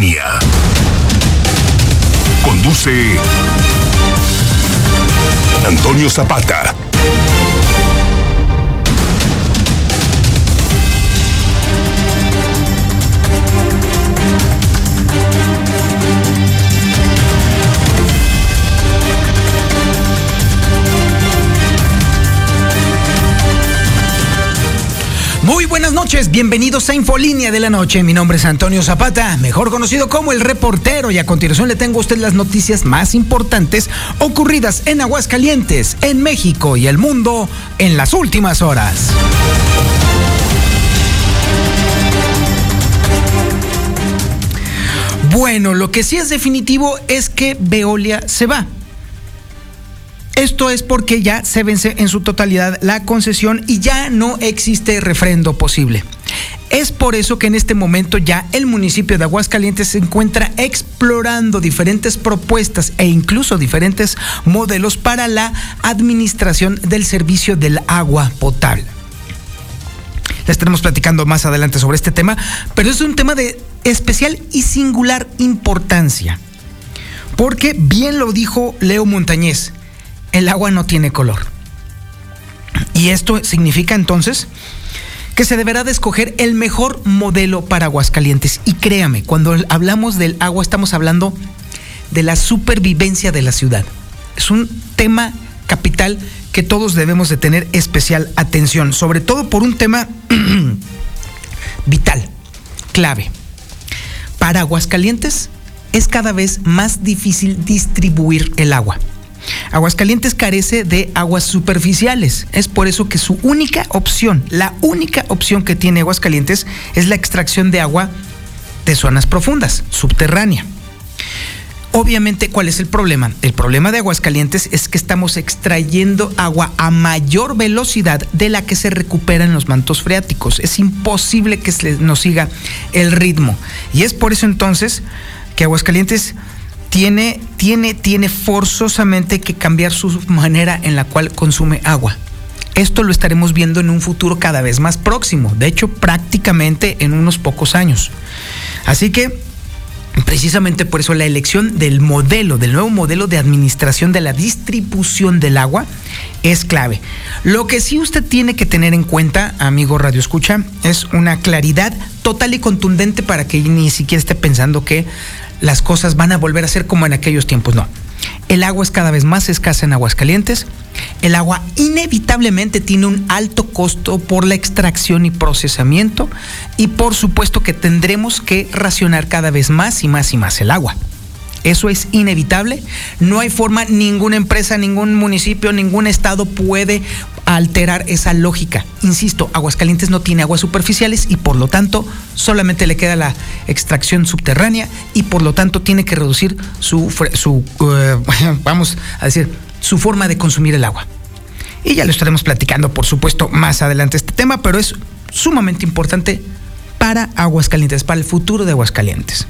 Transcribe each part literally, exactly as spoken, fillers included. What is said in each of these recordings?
Infolínea. Conduce Antonio Zapata. Muy buenas noches, bienvenidos a Infolínea de la Noche. Mi nombre es Antonio Zapata, mejor conocido como El Reportero, y a continuación le tengo a usted las noticias más importantes ocurridas en Aguascalientes, en México y el mundo en las últimas horas. Bueno, lo que sí es definitivo es que Veolia se va. Esto es porque ya se vence en su totalidad la concesión y ya no existe refrendo posible. Es por eso que en este momento ya el municipio de Aguascalientes se encuentra explorando diferentes propuestas e incluso diferentes modelos para la administración del servicio del agua potable. Les estaremos platicando más adelante sobre este tema, pero es un tema de especial y singular importancia, porque bien lo dijo Leo Montañez: el agua no tiene color. Y esto significa entonces que se deberá de escoger el mejor modelo para Aguascalientes. Y créame, cuando hablamos del agua estamos hablando de la supervivencia de la ciudad. Es un tema capital que todos debemos de tener especial atención, sobre todo por un tema vital, clave. Para Aguascalientes es cada vez más difícil distribuir el agua. Aguascalientes carece de aguas superficiales. Es por eso que su única opción, la única opción que tiene Aguascalientes es la extracción de agua de zonas profundas, subterránea. Obviamente, ¿cuál es el problema? El problema de Aguascalientes es que estamos extrayendo agua a mayor velocidad de la que se recupera en los mantos freáticos. Es imposible que se nos siga el ritmo. Y es por eso entonces que Aguascalientes Tiene, tiene, tiene forzosamente que cambiar su manera en la cual consume agua. Esto lo estaremos viendo en un futuro cada vez más próximo, de hecho prácticamente en unos pocos años. Así que precisamente por eso la elección del modelo, del nuevo modelo de administración de la distribución del agua es clave. Lo que sí usted tiene que tener en cuenta, amigo Radio Escucha, es una claridad total y contundente para que ni siquiera esté pensando que las cosas van a volver a ser como en aquellos tiempos. No, el agua es cada vez más escasa en Aguascalientes. El agua inevitablemente tiene un alto costo por la extracción y procesamiento, y por supuesto que tendremos que racionar cada vez más y más y más el agua. Eso es inevitable. No hay forma, ninguna empresa, ningún municipio, ningún estado puede alterar esa lógica. Insisto, Aguascalientes no tiene aguas superficiales y por lo tanto solamente le queda la extracción subterránea y por lo tanto tiene que reducir su, su uh, vamos a decir, su forma de consumir el agua. Y ya lo estaremos platicando, por supuesto, más adelante este tema, pero es sumamente importante para Aguascalientes, para el futuro de Aguascalientes.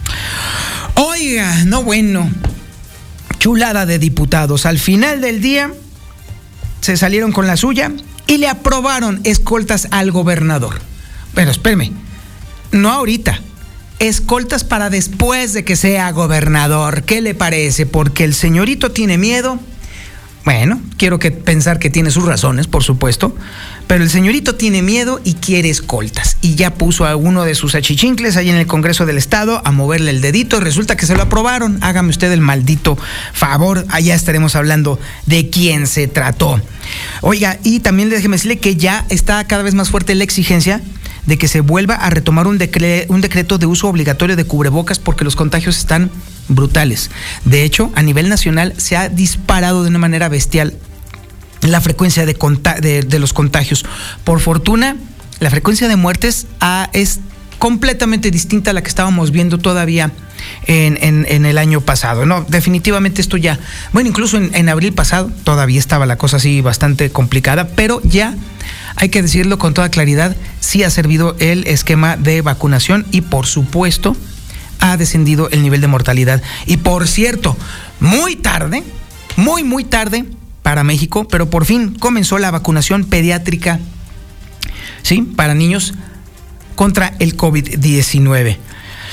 Oiga, no bueno, chulada de diputados. Al final del día se salieron con la suya y le aprobaron escoltas al gobernador. Bueno, espérame, no ahorita, escoltas para después de que sea gobernador. ¿Qué le parece? Porque el señorito tiene miedo. Bueno, quiero que pensar que tiene sus razones, por supuesto, pero el señorito tiene miedo y quiere escoltas. Y ya puso a uno de sus achichincles ahí en el Congreso del Estado a moverle el dedito y resulta que se lo aprobaron. Hágame usted el maldito favor, allá estaremos hablando de quién se trató. Oiga, y también déjeme decirle que ya está cada vez más fuerte la exigencia de que se vuelva a retomar un, decre- un decreto de uso obligatorio de cubrebocas porque los contagios están brutales. De hecho, a nivel nacional se ha disparado de una manera bestial la frecuencia de, conta- de, de los contagios. Por fortuna, la frecuencia de muertes ha, es completamente distinta a la que estábamos viendo todavía en, en, en el año pasado. No, definitivamente esto ya, bueno, incluso en, en abril pasado todavía estaba la cosa así bastante complicada, pero ya hay que decirlo con toda claridad, sí ha servido el esquema de vacunación y por supuesto ha descendido el nivel de mortalidad. Y por cierto, muy tarde, muy muy tarde para México, pero por fin comenzó la vacunación pediátrica, ¿sí?, para niños contra el COVID diecinueve.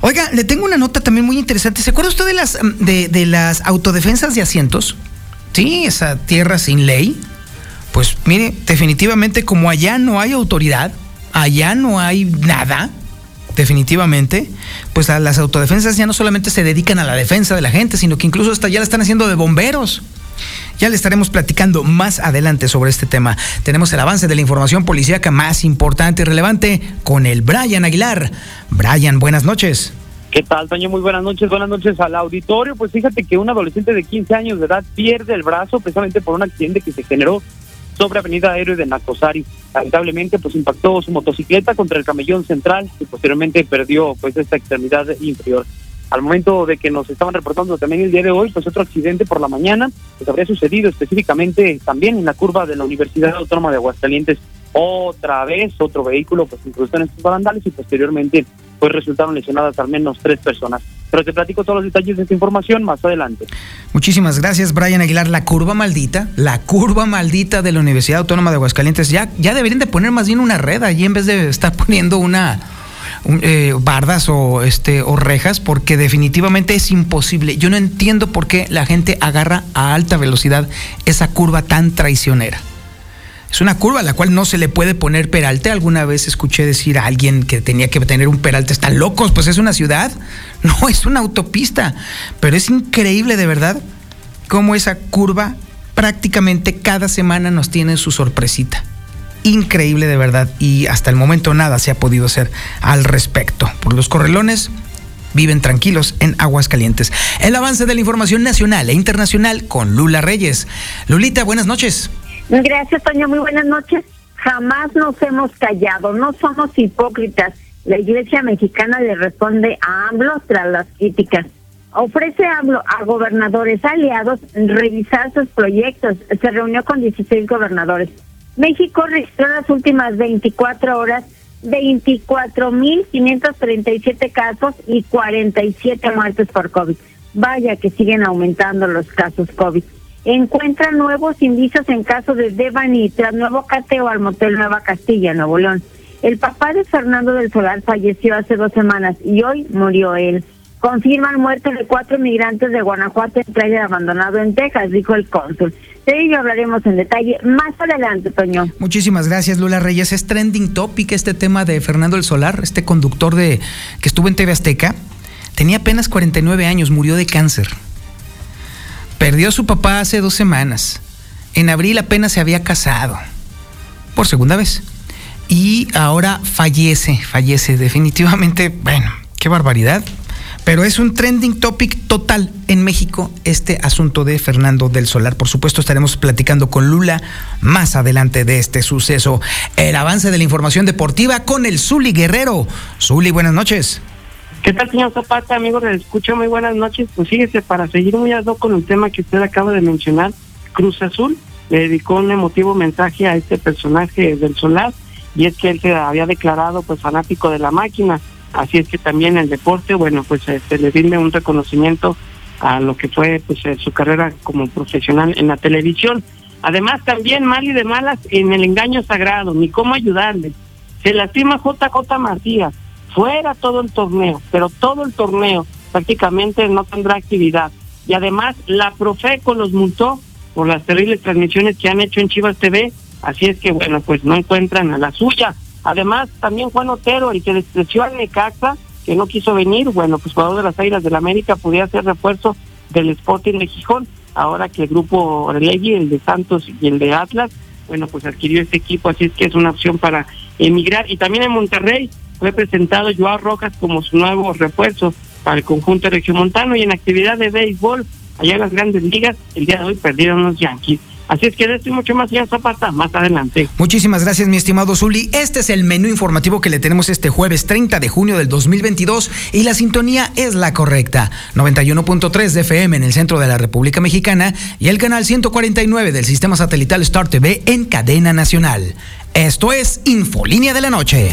Oiga, le tengo una nota también muy interesante. ¿Se acuerda usted de las, de, de las autodefensas de asientos? Sí, esa tierra sin ley. Pues mire, definitivamente como allá no hay autoridad, allá no hay nada, definitivamente, pues a las autodefensas ya no solamente se dedican a la defensa de la gente, sino que incluso hasta ya la están haciendo de bomberos. Ya le estaremos platicando más adelante sobre este tema. Tenemos el avance de la información policíaca más importante y relevante con el Brian Aguilar. Brian, buenas noches. ¿Qué tal, Toño? Muy buenas noches, buenas noches al auditorio. Pues fíjate que un adolescente de quince años de edad pierde el brazo precisamente por un accidente que se generó sobre Avenida Héroe de Nacosari. Lamentablemente, pues impactó su motocicleta contra el camellón central y posteriormente perdió pues esta extremidad inferior. Al momento de que nos estaban reportando también el día de hoy, pues otro accidente por la mañana, pues habría sucedido específicamente también en la curva de la Universidad Autónoma de Aguascalientes. Otra vez, otro vehículo pues incrustó en estos barandales y posteriormente pues resultaron lesionadas al menos tres personas. Pero te platico todos los detalles de esta información más adelante. Muchísimas gracias, Brian Aguilar. La curva maldita, la curva maldita de la Universidad Autónoma de Aguascalientes, ya, ya deberían de poner más bien una red allí en vez de estar poniendo una... Un, eh, bardas o este o rejas, porque definitivamente es imposible. Yo no entiendo por qué la gente agarra a alta velocidad esa curva tan traicionera. Es una curva a la cual no se le puede poner peralte. Alguna vez escuché decir a alguien que tenía que tener un peralte. Están locos, pues es una ciudad, no es una autopista. Pero es increíble de verdad cómo esa curva prácticamente cada semana nos tiene su sorpresita. Increíble de verdad, y hasta el momento nada se ha podido hacer al respecto. Por los correlones viven tranquilos en Aguascalientes. El avance de la información nacional e internacional con Lula Reyes. Lulita, buenas noches. Gracias, Toño, muy buenas noches. Jamás nos hemos callado, no somos hipócritas. La Iglesia Mexicana le responde a AMLO tras las críticas. Ofrece a AMLO a gobernadores aliados revisar sus proyectos. Se reunió con dieciséis gobernadores. México registró en las últimas veinticuatro horas veinticuatro mil quinientos treinta y siete casos y cuarenta y siete muertes por COVID. Vaya que siguen aumentando los casos COVID. Encuentran nuevos indicios en caso de Devani tras nuevo cateo al motel Nueva Castilla, Nuevo León. El papá de Fernando del Solar falleció hace dos semanas y hoy murió él. Confirman muerte de cuatro migrantes de Guanajuato en tráiler abandonado en Texas, dijo el cónsul. De ello hablaremos en detalle más adelante, Toño. Muchísimas gracias, Lula Reyes. Es trending topic este tema de Fernando del Solar, este conductor de que estuvo en T V Azteca. Tenía apenas cuarenta y nueve años, murió de cáncer. Perdió a su papá hace dos semanas. En abril apenas se había casado, por segunda vez. Y ahora fallece, fallece definitivamente. Bueno, qué barbaridad. Pero es un trending topic total en México este asunto de Fernando del Solar. Por supuesto estaremos platicando con Lula más adelante de este suceso. El avance de la información deportiva con el Zuli Guerrero. Zuli, buenas noches. ¿Qué tal, señor Zapata? Amigos, les escucho, muy buenas noches. Pues fíjese, para seguir muy ad hoc con el tema que usted acaba de mencionar, Cruz Azul le dedicó un emotivo mensaje a este personaje del Solar, y es que él se había declarado pues fanático de la máquina. Así es que también el deporte, bueno, pues se este, le rinde un reconocimiento a lo que fue pues su carrera como profesional en la televisión. Además, también mal y de malas en el engaño sagrado, ni cómo ayudarle. Se lastima J J Macías, fuera todo el torneo, pero todo el torneo prácticamente no tendrá actividad. Y además, la Profeco los multó por las terribles transmisiones que han hecho en Chivas T V, así es que, bueno, pues no encuentran a la suya. Además, también Juan Otero, el que despreció al Necaxa, que no quiso venir, bueno, pues jugador de las Águilas del la América, podía ser refuerzo del Sporting de Gijón, ahora que el grupo Orlegui, el de Santos y el de Atlas, bueno, pues adquirió este equipo, así es que es una opción para emigrar. Y también en Monterrey fue presentado Joao Rojas como su nuevo refuerzo para el conjunto regiomontano, y en actividad de béisbol, allá en las grandes ligas, el día de hoy perdieron los Yankees. Así es que de esto y mucho más, señor Zapata, más adelante. Muchísimas gracias, mi estimado Zuli. Este es el menú informativo que le tenemos este jueves treinta de junio del dos mil veintidós, y la sintonía es la correcta. noventa y uno punto tres de F M en el centro de la República Mexicana y el canal ciento cuarenta y nueve del sistema satelital Star T V en cadena nacional. Esto es Infolínea de la Noche.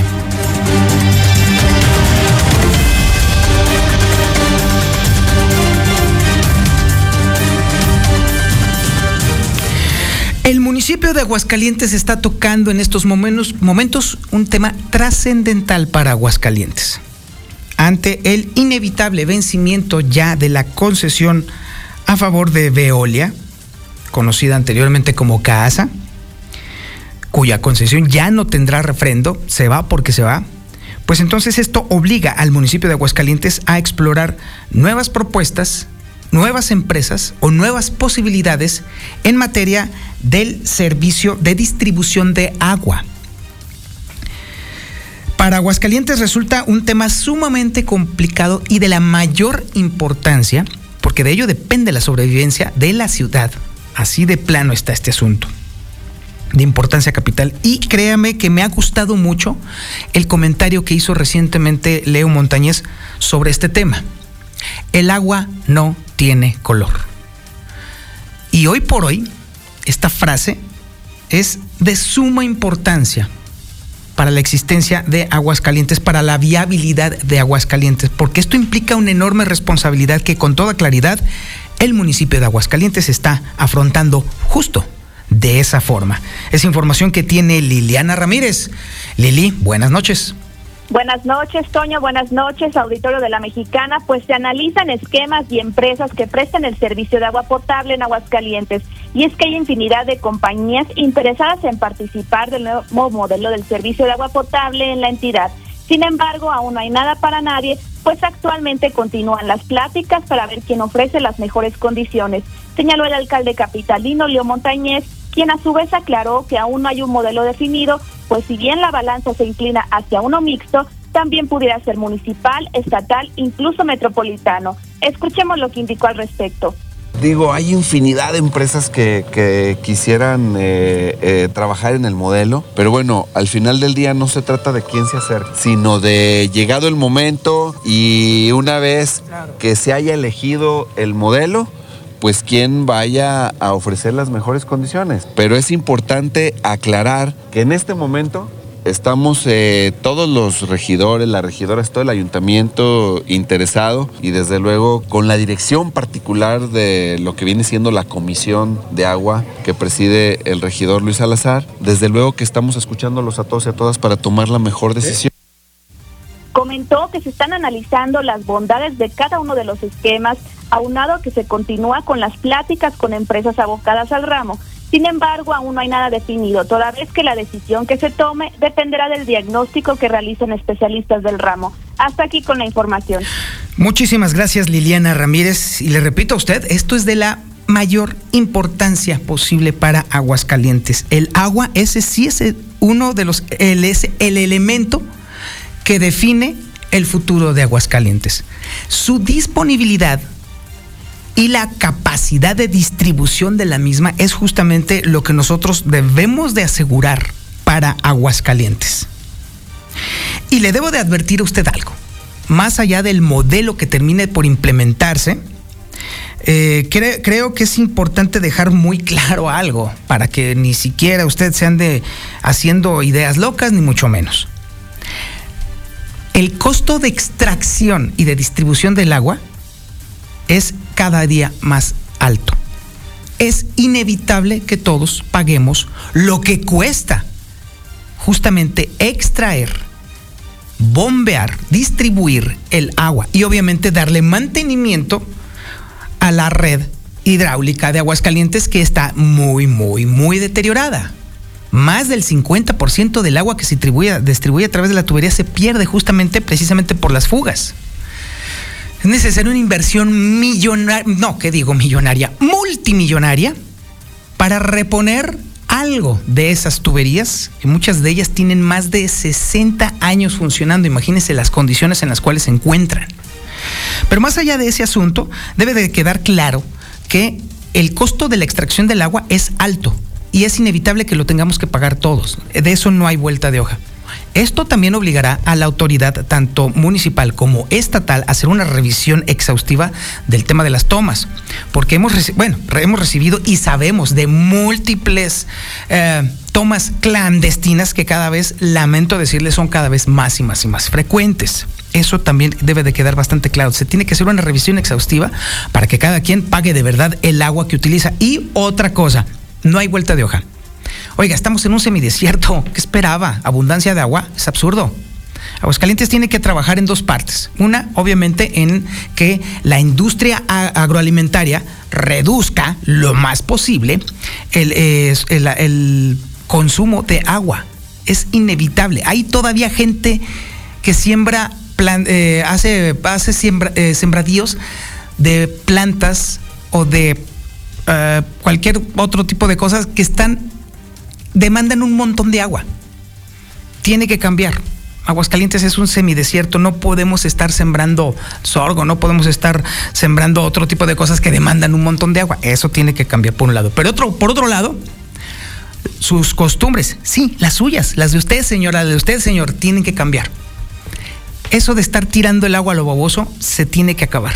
El municipio de Aguascalientes está tocando en estos momentos, momentos un tema trascendental para Aguascalientes. ante el inevitable vencimiento ya de la concesión a favor de Veolia, conocida anteriormente como CAASA, cuya concesión ya no tendrá refrendo, se va porque se va, pues entonces esto obliga al municipio de Aguascalientes a explorar nuevas propuestas, nuevas empresas o nuevas posibilidades en materia del servicio de distribución de agua. Para Aguascalientes resulta un tema sumamente complicado y de la mayor importancia, porque de ello depende la sobrevivencia de la ciudad. Así de plano está este asunto, de importancia capital. Y créame que me ha gustado mucho el comentario que hizo recientemente Leo Montañez sobre este tema. El agua no tiene color. Y hoy por hoy, esta frase es de suma importancia para la existencia de Aguascalientes, para la viabilidad de Aguascalientes, porque esto implica una enorme responsabilidad que con toda claridad el municipio de Aguascalientes está afrontando justo de esa forma. Es información que tiene Liliana Ramírez. Lili, buenas noches. Buenas noches, Toño. Buenas noches, auditorio de La Mexicana. Pues se analizan esquemas y empresas que prestan el servicio de agua potable en Aguascalientes. Y es que hay infinidad de compañías interesadas en participar del nuevo modelo del servicio de agua potable en la entidad. Sin embargo, aún no hay nada para nadie, pues actualmente continúan las pláticas para ver quién ofrece las mejores condiciones, señaló el alcalde capitalino Leo Montañez, quien a su vez aclaró que aún no hay un modelo definido, pues si bien la balanza se inclina hacia uno mixto, también pudiera ser municipal, estatal, incluso metropolitano. Escuchemos lo que indicó al respecto. Digo, hay infinidad de empresas que, que quisieran eh, eh, trabajar en el modelo, pero bueno, al final del día no se trata de quién se acerca, sino de llegado el momento y una vez que se haya elegido el modelo, pues quién vaya a ofrecer las mejores condiciones. Pero es importante aclarar que en este momento estamos eh, todos los regidores, las regidoras, todo el ayuntamiento interesado y desde luego con la dirección particular de lo que viene siendo la Comisión de Agua que preside el regidor Luis Salazar. Desde luego que estamos escuchándolos a todos y a todas para tomar la mejor decisión. Comentó que se están analizando las bondades de cada uno de los esquemas, aunado a que se continúa con las pláticas con empresas abocadas al ramo. Sin embargo, aún no hay nada definido, toda vez que la decisión que se tome dependerá del diagnóstico que realicen especialistas del ramo. Hasta aquí con la información. Muchísimas gracias, Liliana Ramírez. Y le repito a usted, esto es de la mayor importancia posible para Aguascalientes. El agua, ese sí es uno de los, el, es el elemento que define el futuro de Aguascalientes. Su disponibilidad y la capacidad de distribución de la misma es justamente lo que nosotros debemos de asegurar para Aguascalientes. Y le debo de advertir a usted algo. Más allá del modelo que termine por implementarse, eh, cre- creo que es importante dejar muy claro algo para que ni siquiera usted se ande haciendo ideas locas, ni mucho menos. El costo de extracción y de distribución del agua es cada día más alto. Es inevitable que todos paguemos lo que cuesta justamente extraer, bombear, distribuir el agua y obviamente darle mantenimiento a la red hidráulica de Aguascalientes, que está muy, muy, muy deteriorada. Más del cincuenta por ciento del agua que se distribuye, distribuye a través de la tubería se pierde justamente, precisamente por las fugas. Es necesaria una inversión millonaria, no, ¿qué digo millonaria? Multimillonaria, para reponer algo de esas tuberías, que muchas de ellas tienen más de sesenta años funcionando. Imagínense las condiciones en las cuales se encuentran. Pero más allá de ese asunto, debe de quedar claro que el costo de la extracción del agua es alto y es inevitable que lo tengamos que pagar todos. De eso no hay vuelta de hoja. Esto también obligará a la autoridad, tanto municipal como estatal, a hacer una revisión exhaustiva del tema de las tomas, porque hemos, reci- bueno, hemos recibido y sabemos de múltiples eh, tomas clandestinas que cada vez, lamento decirles, son cada vez más y más y más frecuentes. Eso también debe de quedar bastante claro. Se tiene que hacer una revisión exhaustiva para que cada quien pague de verdad el agua que utiliza. Y otra cosa, no hay vuelta de hoja. Oiga, estamos en un semidesierto. ¿Qué esperaba? ¿Abundancia de agua? Es absurdo. Aguascalientes tiene que trabajar en dos partes. Una, obviamente, en que la industria agroalimentaria reduzca lo más posible el, el, el, el consumo de agua. Es inevitable. Hay todavía gente que siembra, plan, eh, hace, hace siembra, eh, sembradíos de plantas o de uh, cualquier otro tipo de cosas que están, demandan un montón de agua. Tiene que cambiar. Aguascalientes es un semidesierto, no podemos estar sembrando sorgo, no podemos estar sembrando otro tipo de cosas que demandan un montón de agua. Eso tiene que cambiar por un lado. Pero otro, por otro lado, sus costumbres, sí, las suyas, las de usted, señora, las de usted, señor, tienen que cambiar. Eso de estar tirando el agua a lo baboso se tiene que acabar.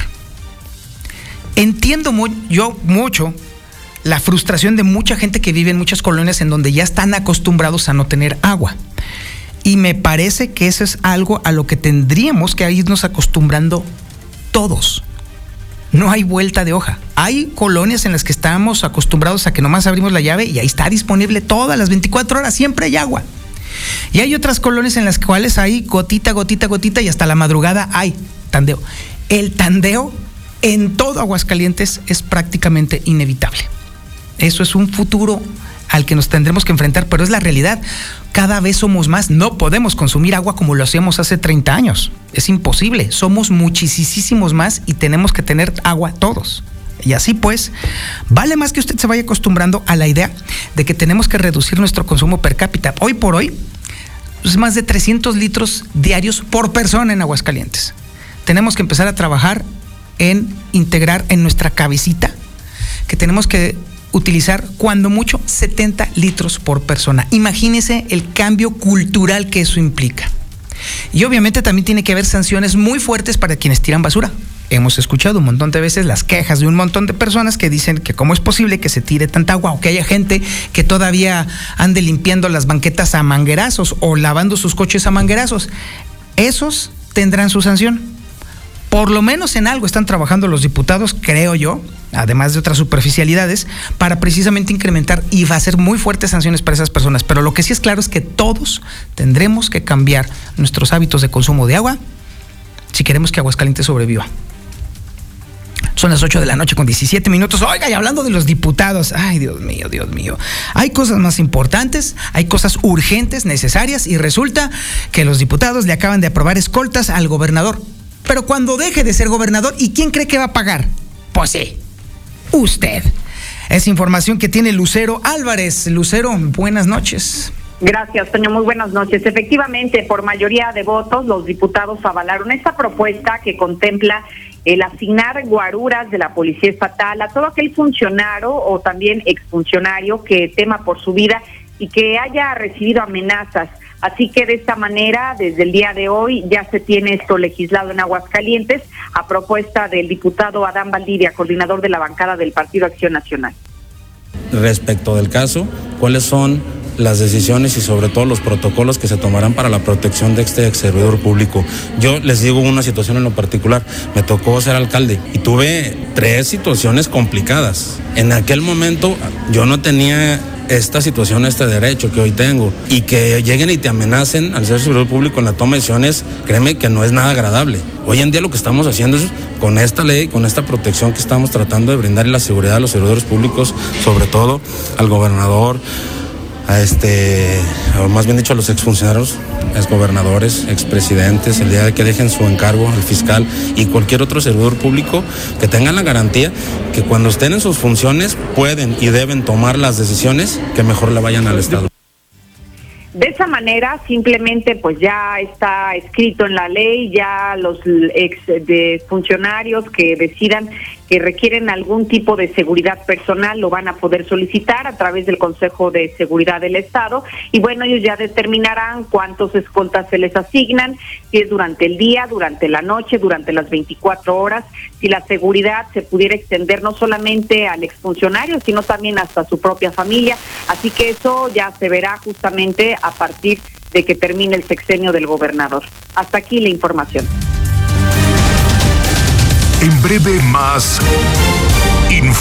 Entiendo muy, yo mucho la frustración de mucha gente que vive en muchas colonias en donde ya están acostumbrados a no tener agua. Y me parece que eso es algo a lo que tendríamos que irnos acostumbrando todos. No hay vuelta de hoja. Hay colonias en las que estamos acostumbrados a que nomás abrimos la llave y ahí está disponible todas las veinticuatro horas, siempre hay agua. Y hay otras colonias en las cuales hay gotita, gotita, gotita y hasta la madrugada hay tandeo. El tandeo en todo Aguascalientes es prácticamente inevitable. Eso es un futuro al que nos tendremos que enfrentar, pero es la realidad. Cada vez somos más, no podemos consumir agua como lo hacíamos hace treinta años. Es imposible, somos muchísimos más y tenemos que tener agua todos. Y así pues, vale más que usted se vaya acostumbrando a la idea de que tenemos que reducir nuestro consumo per cápita. Hoy por hoy, es más de trescientos litros diarios por persona en Aguascalientes. Tenemos que empezar a trabajar en integrar en nuestra cabecita que tenemos que utilizar cuando mucho setenta litros por persona. Imagínese el cambio cultural que eso implica. Y obviamente también tiene que haber sanciones muy fuertes para quienes tiran basura. Hemos escuchado un montón de veces las quejas de un montón de personas que dicen que cómo es posible que se tire tanta agua o que haya gente que todavía ande limpiando las banquetas a manguerazos o lavando sus coches a manguerazos. Esos tendrán su sanción. Por lo menos en algo están trabajando los diputados, creo yo, además de otras superficialidades, para precisamente incrementar y va a ser muy fuertes sanciones para esas personas. Pero lo que sí es claro es que todos tendremos que cambiar nuestros hábitos de consumo de agua si queremos que Aguascalientes sobreviva. Son las ocho de la noche con diecisiete minutos. Oiga, y hablando de los diputados, ay, Dios mío, Dios mío. Hay cosas más importantes, hay cosas urgentes, necesarias, y resulta que los diputados le acaban de aprobar escoltas al gobernador. Pero cuando deje de ser gobernador, ¿y quién cree que va a pagar? Pues sí, usted. Es información que tiene Lucero Álvarez. Lucero, buenas noches. Gracias, Toño. Muy buenas noches. Efectivamente, por mayoría de votos, los diputados avalaron esta propuesta que contempla el asignar guaruras de la Policía Estatal a todo aquel funcionario o también exfuncionario que tema por su vida y que haya recibido amenazas. Así que de esta manera, desde el día de hoy, ya se tiene esto legislado en Aguascalientes a propuesta del diputado Adán Valdivia, coordinador de la bancada del Partido Acción Nacional. Respecto del caso, ¿cuáles son las decisiones y sobre todo los protocolos que se tomarán para la protección de este ex servidor público? Yo les digo una situación en lo particular. Me tocó ser alcalde y tuve tres situaciones complicadas. En aquel momento yo no tenía esta situación, este derecho que hoy tengo, y que lleguen y te amenacen al ser servidor público en la toma de decisiones, créeme que no es nada agradable. Hoy en día lo que estamos haciendo es, con esta ley, con esta protección que estamos tratando de brindarle la seguridad a los servidores públicos, sobre todo al gobernador, a este, o más bien dicho a los exfuncionarios, exgobernadores, expresidentes, el día de que dejen su encargo, al fiscal y cualquier otro servidor público, que tengan la garantía que cuando estén en sus funciones pueden y deben tomar las decisiones que mejor le vayan al Estado. De esa manera, simplemente pues ya está escrito en la ley, ya los ex de funcionarios que decidan que requieren algún tipo de seguridad personal lo van a poder solicitar a través del Consejo de Seguridad del Estado, y bueno, ellos ya determinarán cuántos escoltas se les asignan, si es durante el día, durante la noche, durante las veinticuatro horas, si la seguridad se pudiera extender no solamente al exfuncionario, sino también hasta su propia familia. Así que eso ya se verá justamente a partir de que termine el sexenio del gobernador. Hasta aquí la información. En breve más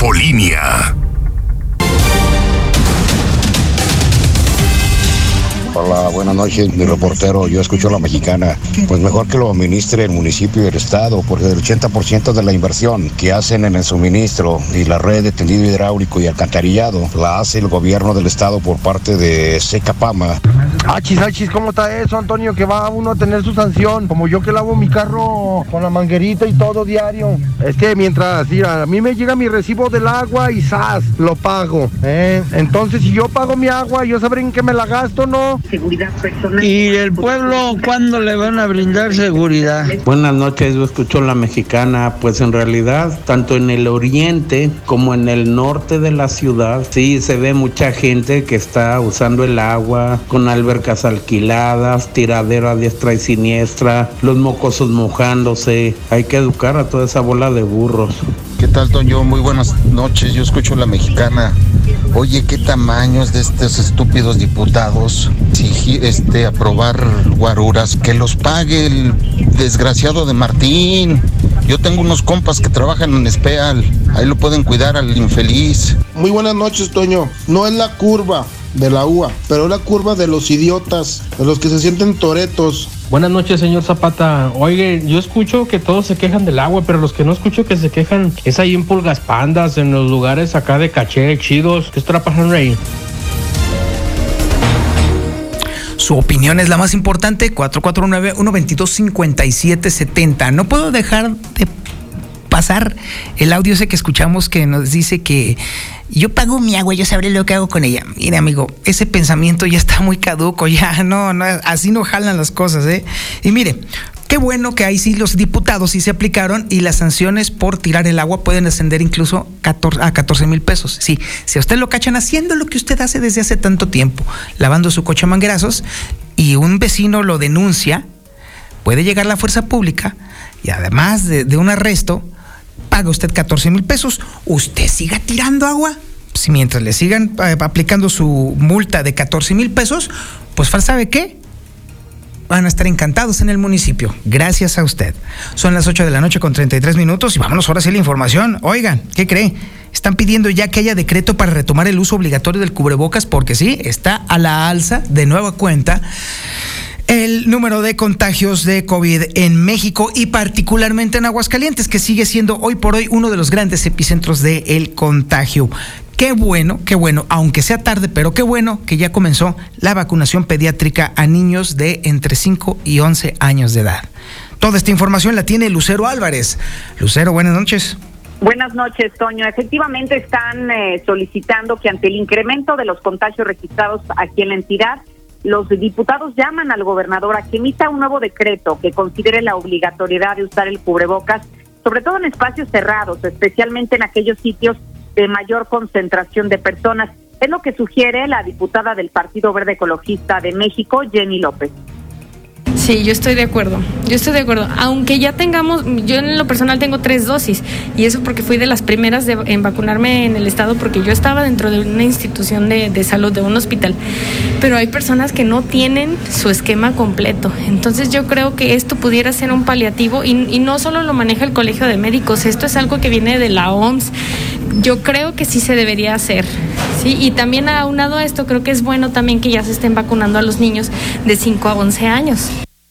Infolínea. Hola, buenas noches, mi reportero. Yo escucho a La Mexicana. Pues mejor que lo administre el municipio y el estado, porque el ochenta por ciento de la inversión que hacen en el suministro y la red de tendido hidráulico y alcantarillado la hace el gobierno del estado por parte de Secapama. Achis, achis, ¿cómo está eso, Antonio? Que va uno a tener su sanción, como yo que lavo mi carro con la manguerita y todo diario. Es que mientras, mira, a mí me llega mi recibo del agua y ¡zas! Lo pago, ¿eh? Entonces, si yo pago mi agua, yo sabré en qué me la gasto, ¿no? Seguridad personal. ¿Y el pueblo cuándo le van a brindar seguridad? Buenas noches, yo escucho La Mexicana. Pues en realidad, tanto en el oriente como en el norte de la ciudad, sí se ve mucha gente que está usando el agua con albercas alquiladas, tiradero a diestra y siniestra, los mocosos mojándose. Hay que educar a toda esa bola de burros. ¿Qué tal, Toño? Muy buenas noches, yo escucho La Mexicana. Oye, ¿qué tamaños de estos estúpidos diputados? Si este, aprobar guaruras, que los pague el desgraciado de Martín. Yo tengo unos compas que trabajan en Espeal, ahí lo pueden cuidar al infeliz. Muy buenas noches, Toño. No es la curva de la U A, pero es la curva de los idiotas, de los que se sienten toretos. Buenas noches, señor Zapata. Oye, yo escucho que todos se quejan del agua, pero los que no escucho que se quejan es ahí en Pulgas Pandas, en los lugares acá de caché, chidos. ¿Qué está pasando ahí? Su opinión es la más importante. cuatro cuatro nueve, uno dos dos, cinco siete siete cero. No puedo dejar de pasar el audio ese que escuchamos que nos dice que yo pago mi agua, yo sabré lo que hago con ella. Mira, amigo, ese pensamiento ya está muy caduco, ya no, no, así no jalan las cosas, ¿eh? Y mire, qué bueno que ahí sí los diputados sí se aplicaron y las sanciones por tirar el agua pueden ascender incluso a catorce mil pesos. Sí, si a usted lo cachan haciendo lo que usted hace desde hace tanto tiempo, lavando su coche a manguerazos, y un vecino lo denuncia, puede llegar la fuerza pública y además de, de un arresto, paga usted catorce mil pesos, usted siga tirando agua. Si mientras le sigan eh, aplicando su multa de catorce mil pesos, pues ¿sabe qué? Van a estar encantados en el municipio, gracias a usted. Son las ocho de la noche con treinta y tres minutos y vámonos ahora a la información. Oigan, ¿qué cree? Están pidiendo ya que haya decreto para retomar el uso obligatorio del cubrebocas porque sí, está a la alza de nueva cuenta el número de contagios de COVID en México y particularmente en Aguascalientes, que sigue siendo hoy por hoy uno de los grandes epicentros del contagio. Qué bueno, qué bueno, aunque sea tarde, pero qué bueno que ya comenzó la vacunación pediátrica a niños de entre cinco y once años de edad. Toda esta información la tiene Lucero Álvarez. Lucero, buenas noches. Buenas noches, Toño. Efectivamente están eh, solicitando que ante el incremento de los contagios registrados aquí en la entidad, los diputados llaman al gobernador a que emita un nuevo decreto que considere la obligatoriedad de usar el cubrebocas, sobre todo en espacios cerrados, especialmente en aquellos sitios de mayor concentración de personas. Es lo que sugiere la diputada del Partido Verde Ecologista de México, Jenny López. Sí, yo estoy de acuerdo, yo estoy de acuerdo, aunque ya tengamos, yo en lo personal tengo tres dosis, y eso porque fui de las primeras de, en vacunarme en el estado, porque yo estaba dentro de una institución de, de salud, de un hospital, pero hay personas que no tienen su esquema completo, entonces yo creo que esto pudiera ser un paliativo, y, y no solo lo maneja el Colegio de Médicos, esto es algo que viene de la O M S, yo creo que sí se debería hacer, sí, y también aunado a esto, creo que es bueno también que ya se estén vacunando a los niños de cinco a once años.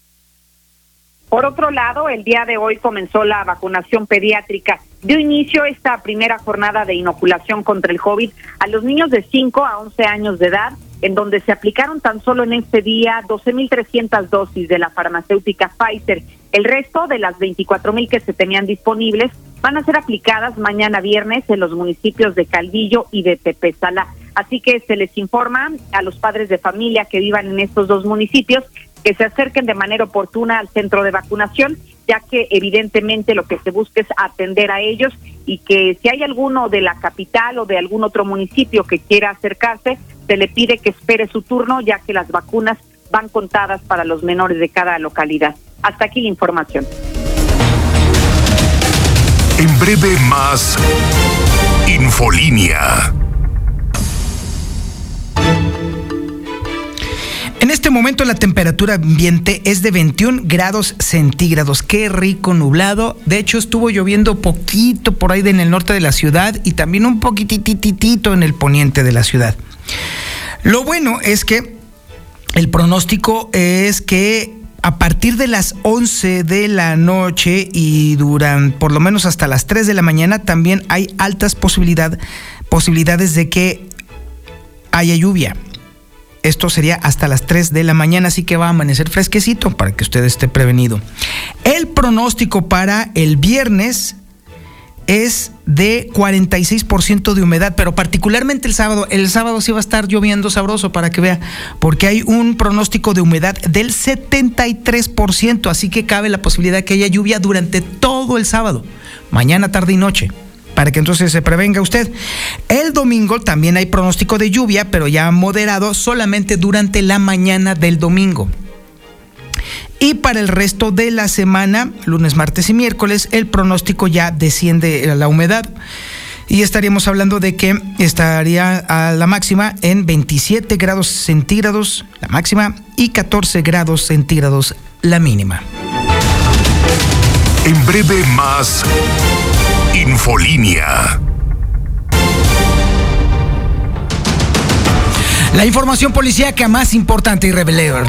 Por otro lado, el día de hoy comenzó la vacunación pediátrica. Dio inicio esta primera jornada de inoculación contra el COVID a los niños de cinco a once años de edad, en donde se aplicaron tan solo en este día doce mil trescientas dosis de la farmacéutica Pfizer. El resto de las veinticuatro mil que se tenían disponibles van a ser aplicadas mañana viernes en los municipios de Calvillo y de Tepezalá. Así que se les informa a los padres de familia que vivan en estos dos municipios que se acerquen de manera oportuna al centro de vacunación, ya que evidentemente lo que se busca es atender a ellos y que si hay alguno de la capital o de algún otro municipio que quiera acercarse, se le pide que espere su turno, ya que las vacunas van contadas para los menores de cada localidad. Hasta aquí la información. En breve más Infolínea. En este momento la temperatura ambiente es de veintiún grados centígrados. Qué rico nublado. De hecho estuvo lloviendo poquito por ahí en el norte de la ciudad y también un poquitititito en el poniente de la ciudad. Lo bueno es que el pronóstico es que a partir de las once de la noche y duran por lo menos hasta las tres de la mañana también hay altas posibilidad, posibilidades de que haya lluvia. Esto sería hasta las tres de la mañana, así que va a amanecer fresquecito para que usted esté prevenido. El pronóstico para el viernes es de cuarenta y seis por ciento de humedad, pero particularmente el sábado. El sábado sí va a estar lloviendo sabroso para que vea, porque hay un pronóstico de humedad del setenta y tres por ciento, así que cabe la posibilidad que haya lluvia durante todo el sábado, mañana, tarde y noche, para que entonces se prevenga usted. El domingo también hay pronóstico de lluvia, pero ya moderado, solamente durante la mañana del domingo. Y para el resto de la semana, lunes, martes y miércoles, el pronóstico ya desciende a la humedad. Y estaríamos hablando de que estaría a la máxima en veintisiete grados centígrados, la máxima, y catorce grados centígrados, la mínima. En breve más Infolínea. La información policíaca más importante y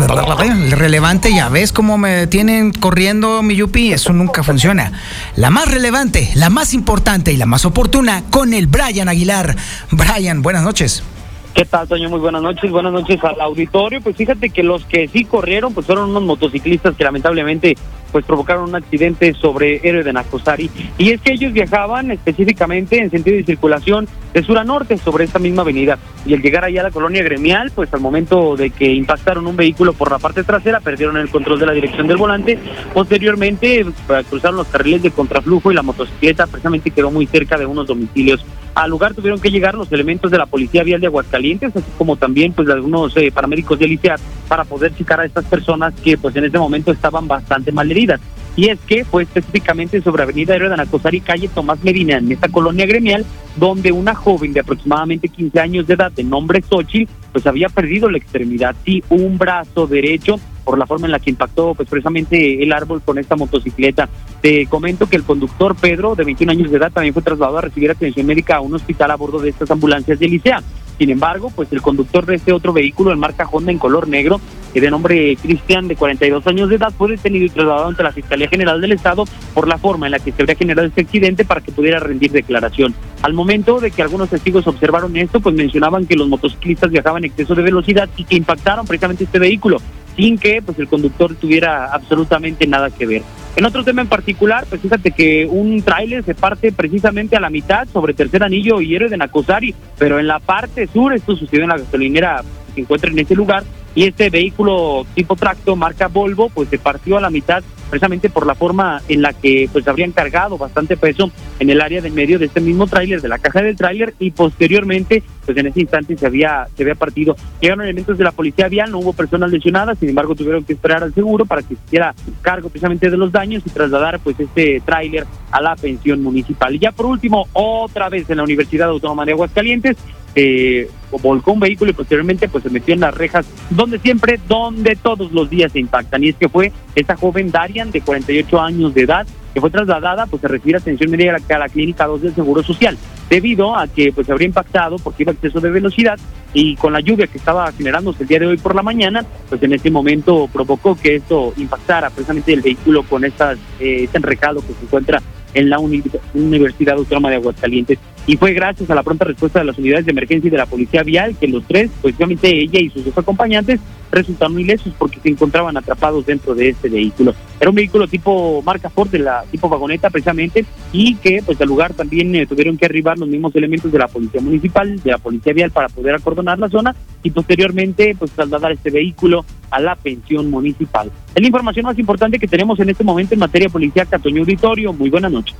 rele- relevante, ya ves cómo me tienen corriendo, mi yupi, eso nunca funciona. La más relevante, la más importante y la más oportuna con el Brian Aguilar. Brian, buenas noches. ¿Qué tal, Toño? Muy buenas noches, buenas noches al auditorio. Pues fíjate que los que sí corrieron, pues fueron unos motociclistas que lamentablemente pues provocaron un accidente sobre Héroe de Nacosari. Y es que ellos viajaban específicamente en sentido de circulación de sur a norte sobre esta misma avenida. Y al llegar allá a la colonia Gremial, pues al momento de que impactaron un vehículo por la parte trasera, perdieron el control de la dirección del volante. Posteriormente pues, cruzaron los carriles de contraflujo y la motocicleta precisamente quedó muy cerca de unos domicilios. Al lugar tuvieron que llegar los elementos de la Policía Vial de Aguascalientes, así como también pues algunos eh, paramédicos de Alicia para poder checar a estas personas que pues en ese momento estaban bastante mal heridas. Y es que fue específicamente sobre Avenida Héroe de Nacosari, calle Tomás Medina, en esta colonia Gremial, donde una joven de aproximadamente quince años de edad, de nombre Xochitl, pues había perdido la extremidad, sí, un brazo derecho, por la forma en la que impactó pues precisamente el árbol con esta motocicleta. Te comento que el conductor Pedro, de veintiún años de edad, también fue trasladado a recibir atención médica a un hospital a bordo de estas ambulancias de Licea. Sin embargo, pues el conductor de este otro vehículo, en marca Honda en color negro, que de nombre Cristian, de cuarenta y dos años de edad, fue detenido y trasladado ante la Fiscalía General del Estado por la forma en la que se habría generado este accidente para que pudiera rendir declaración. Al momento de que algunos testigos observaron esto, pues mencionaban que los motociclistas viajaban en exceso de velocidad y que impactaron precisamente este vehículo, sin que pues el conductor tuviera absolutamente nada que ver. En otro tema en particular, pues fíjate que un tráiler se parte precisamente a la mitad sobre Tercer Anillo y Héroe de Nacosari, pero en la parte sur, esto sucedió en la gasolinera que se encuentra en ese lugar, y este vehículo tipo tracto marca Volvo pues se partió a la mitad precisamente por la forma en la que pues habrían cargado bastante peso en el área del medio de este mismo tráiler, de la caja del tráiler, y posteriormente pues en ese instante se había se había partido. Llegaron elementos de la Policía Vial, no hubo personas lesionadas, sin embargo tuvieron que esperar al seguro para que se hiciera cargo precisamente de los daños y trasladar pues este tráiler a la pensión municipal. Y ya por último, otra vez en la Universidad Autónoma de Aguascalientes, eh, volcó un vehículo y posteriormente pues se metió en las rejas donde siempre, donde todos los días se impactan, y es que fue esta joven Darian de cuarenta y ocho años de edad que fue trasladada pues a recibir atención médica a la clínica dos del Seguro Social, debido a que pues habría impactado porque iba a exceso de velocidad, y con la lluvia que estaba generándose el día de hoy por la mañana, pues en ese momento provocó que esto impactara precisamente el vehículo con estas, eh, este enrecado que se encuentra en la uni- Universidad Autónoma de Aguascalientes. Y fue gracias a la pronta respuesta de las unidades de emergencia y de la Policía Vial que los tres, pues obviamente ella y sus dos acompañantes, resultaron ilesos porque se encontraban atrapados dentro de este vehículo. Era un vehículo tipo marca Ford, de la tipo vagoneta precisamente, y que pues al lugar también eh, tuvieron que arribar los mismos elementos de la Policía Municipal, de la Policía Vial, para poder acordonar la zona y posteriormente pues trasladar este vehículo a la pensión municipal. Es la información más importante que tenemos en este momento en materia policíaca. Toño Auditorio, muy buenas noches.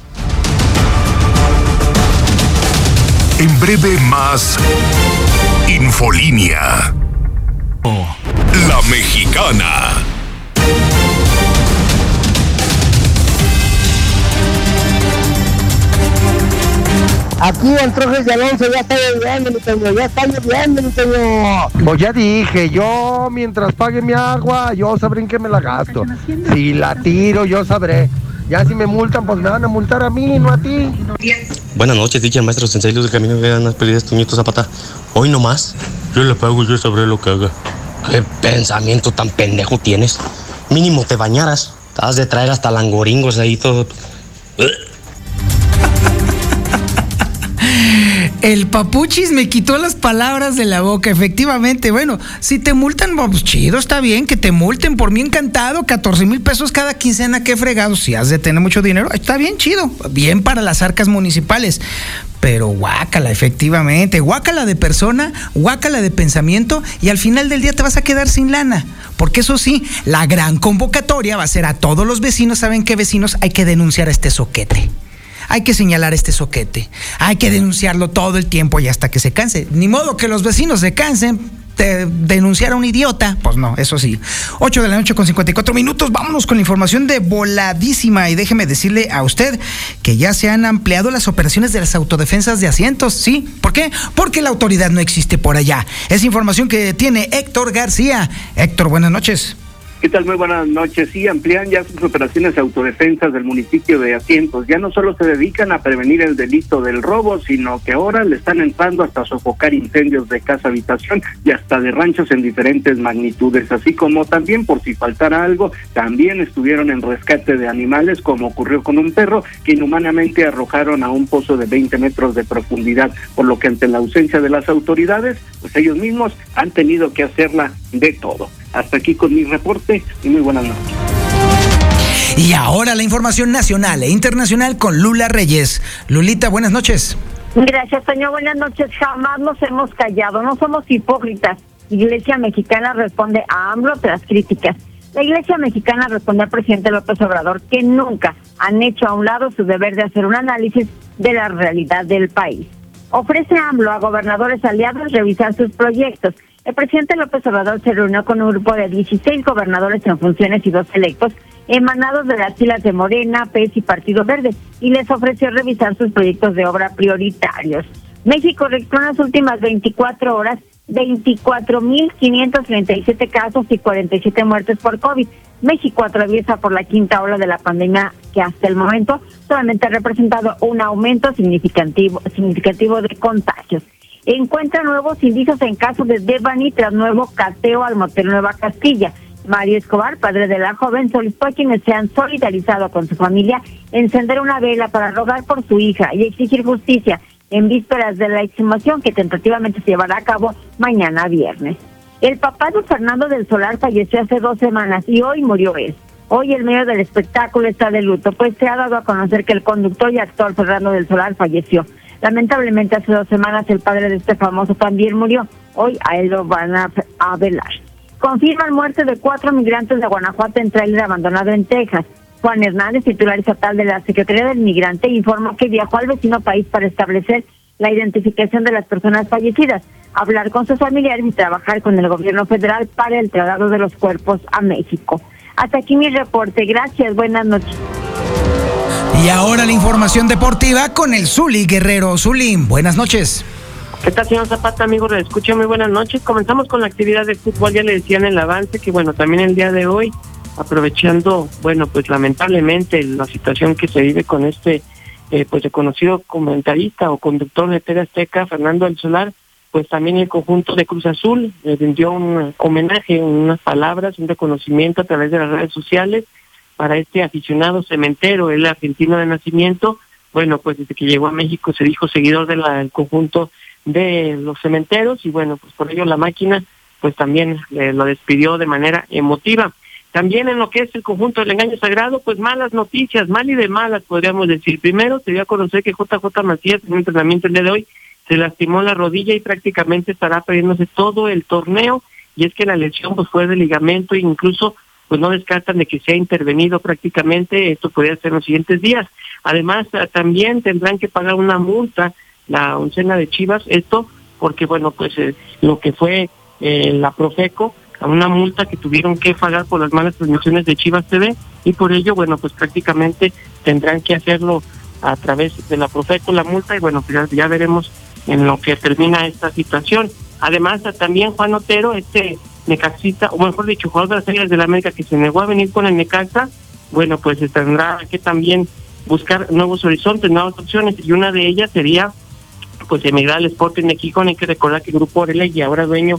En breve más Infolínea. La Mexicana. Aquí en Trojes de Alonso ya está lloviendo, mi señor, ya está lloviendo, mi señor. Pues ya dije, yo mientras pague mi agua, yo sabré en qué me la gasto. Si la tiro, yo sabré. Ya si me multan, pues me van a multar a mí, no a ti. Buenas noches, dicha el maestro Sensei Luz del Camino de las Pérdidas, Toñito Zapata. Hoy nomás, yo la pago, yo sabré lo que haga. ¿Qué pensamiento tan pendejo tienes? Mínimo te bañaras. Te has de traer hasta langoringos ahí todo. El papuchis me quitó las palabras de la boca, efectivamente. Bueno, si te multan, pues chido, está bien que te multen, por mí encantado, catorce mil pesos cada quincena, qué fregado, si has de tener mucho dinero, está bien chido, bien para las arcas municipales. Pero guácala, efectivamente, guácala de persona, guácala de pensamiento, y al final del día te vas a quedar sin lana. Porque eso sí, la gran convocatoria va a ser a todos los vecinos. ¿Saben qué vecinos? Hay que denunciar a este soquete. Hay que señalar este soquete, hay que denunciarlo todo el tiempo y hasta que se canse. Ni modo que los vecinos se cansen de denunciar a un idiota. Pues no, eso sí. ocho de la noche con cincuenta y cuatro minutos. Vámonos con la información de voladísima. Y déjeme decirle a usted que ya se han ampliado las operaciones de las autodefensas de asientos. ¿Sí? ¿Por qué? Porque la autoridad no existe por allá. Es información que tiene Héctor García. Héctor, buenas noches. ¿Qué tal? Muy buenas noches. Sí, amplían ya sus operaciones autodefensas del municipio de Asientos. Ya no solo se dedican a prevenir el delito del robo, sino que ahora le están entrando hasta sofocar incendios de casa-habitación y hasta de ranchos en diferentes magnitudes. Así como también, por si faltara algo, también estuvieron en rescate de animales, como ocurrió con un perro que inhumanamente arrojaron a un pozo de veinte metros de profundidad. Por lo que ante la ausencia de las autoridades, pues ellos mismos han tenido que hacerla de todo. Hasta aquí con mi reporte y muy buenas noches. Y ahora la información nacional e internacional con Lula Reyes. Lulita, buenas noches. Gracias, señor. Buenas noches. Jamás nos hemos callado, no somos hipócritas. Iglesia Mexicana responde a AMLO tras críticas. La Iglesia Mexicana responde al presidente López Obrador que nunca han hecho a un lado su deber de hacer un análisis de la realidad del país. Ofrece AMLO a gobernadores aliados revisar sus proyectos. El presidente López Obrador se reunió con un grupo de dieciséis gobernadores en funciones y dos electos emanados de las filas de Morena, P E S y Partido Verde, y les ofreció revisar sus proyectos de obra prioritarios. México registró en las últimas veinticuatro horas veinticuatro mil quinientos treinta y siete casos y cuarenta y siete muertes por COVID. México atraviesa por la quinta ola de la pandemia que hasta el momento solamente ha representado un aumento significativo, significativo de contagios. Encuentra nuevos indicios en caso de Devani tras nuevo cateo al motel Nueva Castilla. Mario Escobar, padre de la joven, solicitó a quienes se han solidarizado con su familia encender una vela para rogar por su hija y exigir justicia en vísperas de la exhumación que tentativamente se llevará a cabo mañana viernes. El papá de Fernando del Solar falleció hace dos semanas y hoy murió él. Hoy el medio del espectáculo está de luto, pues se ha dado a conocer que el conductor y actor Fernando del Solar falleció. Lamentablemente hace dos semanas el padre de este famoso también murió. Hoy a él lo van a, a velar. Confirman muerte de cuatro migrantes de Guanajuato en tráiler abandonado en Texas. Juan Hernández, titular estatal de la Secretaría del Migrante, informó que viajó al vecino país para establecer la identificación de las personas fallecidas, hablar con sus familiares y trabajar con el gobierno federal para el traslado de los cuerpos a México. Hasta aquí mi reporte. Gracias. Buenas noches. Y ahora la información deportiva con el Zuli Guerrero. Zuli, buenas noches. ¿Qué tal, señor Zapata, amigos? Le escucho, muy buenas noches. Comenzamos con la actividad de fútbol. Ya le decían en el avance que, bueno, también el día de hoy, aprovechando, bueno, pues lamentablemente la situación que se vive con este, eh, pues reconocido comentarista o conductor de T V Azteca, Fernando del Solar, pues también el conjunto de Cruz Azul le rindió un homenaje, unas palabras, un reconocimiento a través de las redes sociales para este aficionado cementero, el argentino de nacimiento. Bueno, pues desde que llegó a México se dijo seguidor del de conjunto de los cementeros y bueno, pues por ello la máquina pues también eh, lo despidió de manera emotiva. También en lo que es el conjunto del engaño sagrado, pues malas noticias, mal y de malas podríamos decir. Primero se dio a conocer que J J Macías en un entrenamiento el día de hoy se lastimó la rodilla y prácticamente estará perdiéndose todo el torneo, y es que la lesión pues fue de ligamento e incluso pues no descartan de que sea intervenido prácticamente, esto podría ser en los siguientes días. Además también tendrán que pagar una multa la oncena de Chivas, esto porque bueno pues eh, lo que fue eh, la Profeco, a una multa que tuvieron que pagar por las malas transmisiones de Chivas T V, y por ello bueno pues prácticamente tendrán que hacerlo a través de la Profeco la multa, y bueno pues ya, ya veremos en lo que termina esta situación. Además también Juan Otero, este necaxista, o mejor dicho, jugador de las Águilas del América que se negó a venir con el Necaxa, bueno pues tendrá que también buscar nuevos horizontes, nuevas opciones, y una de ellas sería pues emigrar al Sporting de Gijón. Hay que recordar que el Grupo Orlegui, ahora dueño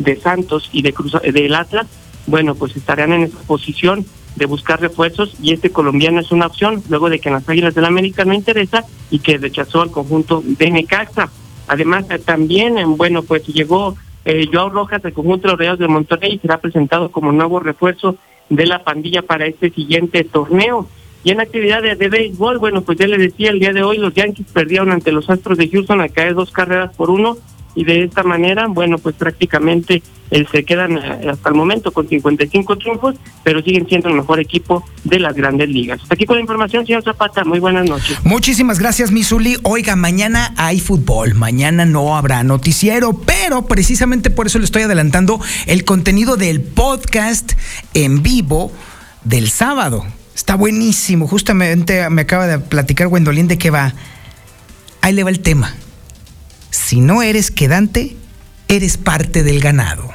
de Santos y de Cruz del Atlas, bueno, pues estarán en esa posición de buscar refuerzos y este colombiano es una opción luego de que en las Águilas del América no interesa y que rechazó al conjunto de Necaxa. Además, eh, también, eh, bueno, pues llegó eh, Joao Rojas del conjunto de los Rayados de Monterrey y será presentado como nuevo refuerzo de la pandilla para este siguiente torneo. Y en actividades de béisbol, bueno, pues ya les decía, el día de hoy los Yankees perdieron ante los Astros de Houston a caer dos carreras por uno, y de esta manera, bueno, pues prácticamente eh, se quedan eh, hasta el momento con cincuenta y cinco triunfos, pero siguen siendo el mejor equipo de las grandes ligas. Hasta aquí con la información, señor Zapata, muy buenas noches. Muchísimas gracias, mi Zuli. Oiga, mañana hay fútbol, mañana no habrá noticiero, pero precisamente por eso le estoy adelantando el contenido del podcast en vivo del sábado. Está buenísimo, justamente me acaba de platicar Gwendolyn de qué va. Ahí le va el tema. Si no eres quedante, eres parte del ganado.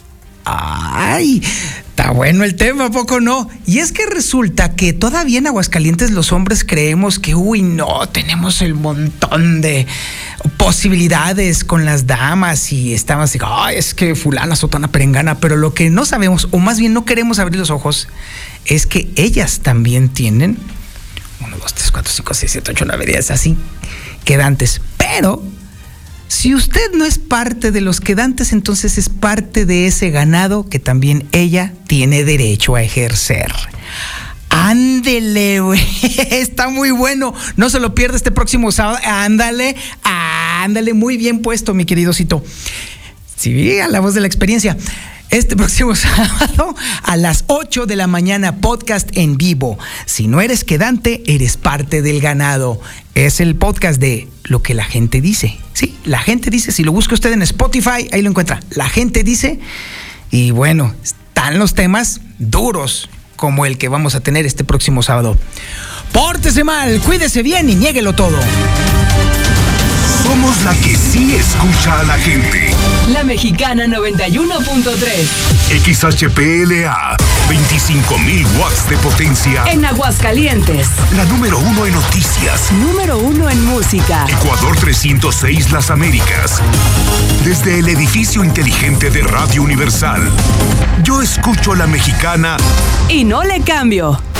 ¡Ay! Está bueno el tema, ¿a poco no? Y es que resulta que todavía en Aguascalientes los hombres creemos que, uy, no, tenemos el montón de posibilidades con las damas y estamos así, ay, es que fulana, sotana, perengana, pero lo que no sabemos, o más bien no queremos abrir los ojos, es que ellas también tienen uno, dos, tres, cuatro, cinco, seis, siete, ocho, nueve, diez, así, quedantes. Pero si usted no es parte de los quedantes, entonces es parte de ese ganado que también ella tiene derecho a ejercer. Ándele, güey, está muy bueno, no se lo pierda este próximo sábado, ándale, ándale, muy bien puesto, mi querido Cito. Sí, a la voz de la experiencia. Este próximo sábado a las ocho de la mañana, podcast en vivo. Si no eres quedante, eres parte del ganado. Es el podcast de Lo que la gente dice. Sí, la gente dice. Si lo busca usted en Spotify, ahí lo encuentra. La gente dice. Y bueno, están los temas duros como el que vamos a tener este próximo sábado. Pórtese mal, cuídese bien y niéguelo todo. Somos la que sí escucha a la gente. La Mexicana noventa y uno punto tres. X H P L A, veinticinco mil watts de potencia. En Aguascalientes. La número uno en noticias. Número uno en música. Ecuador trescientos seis Las Américas. Desde el edificio inteligente de Radio Universal. Yo escucho a la Mexicana. Y no le cambio.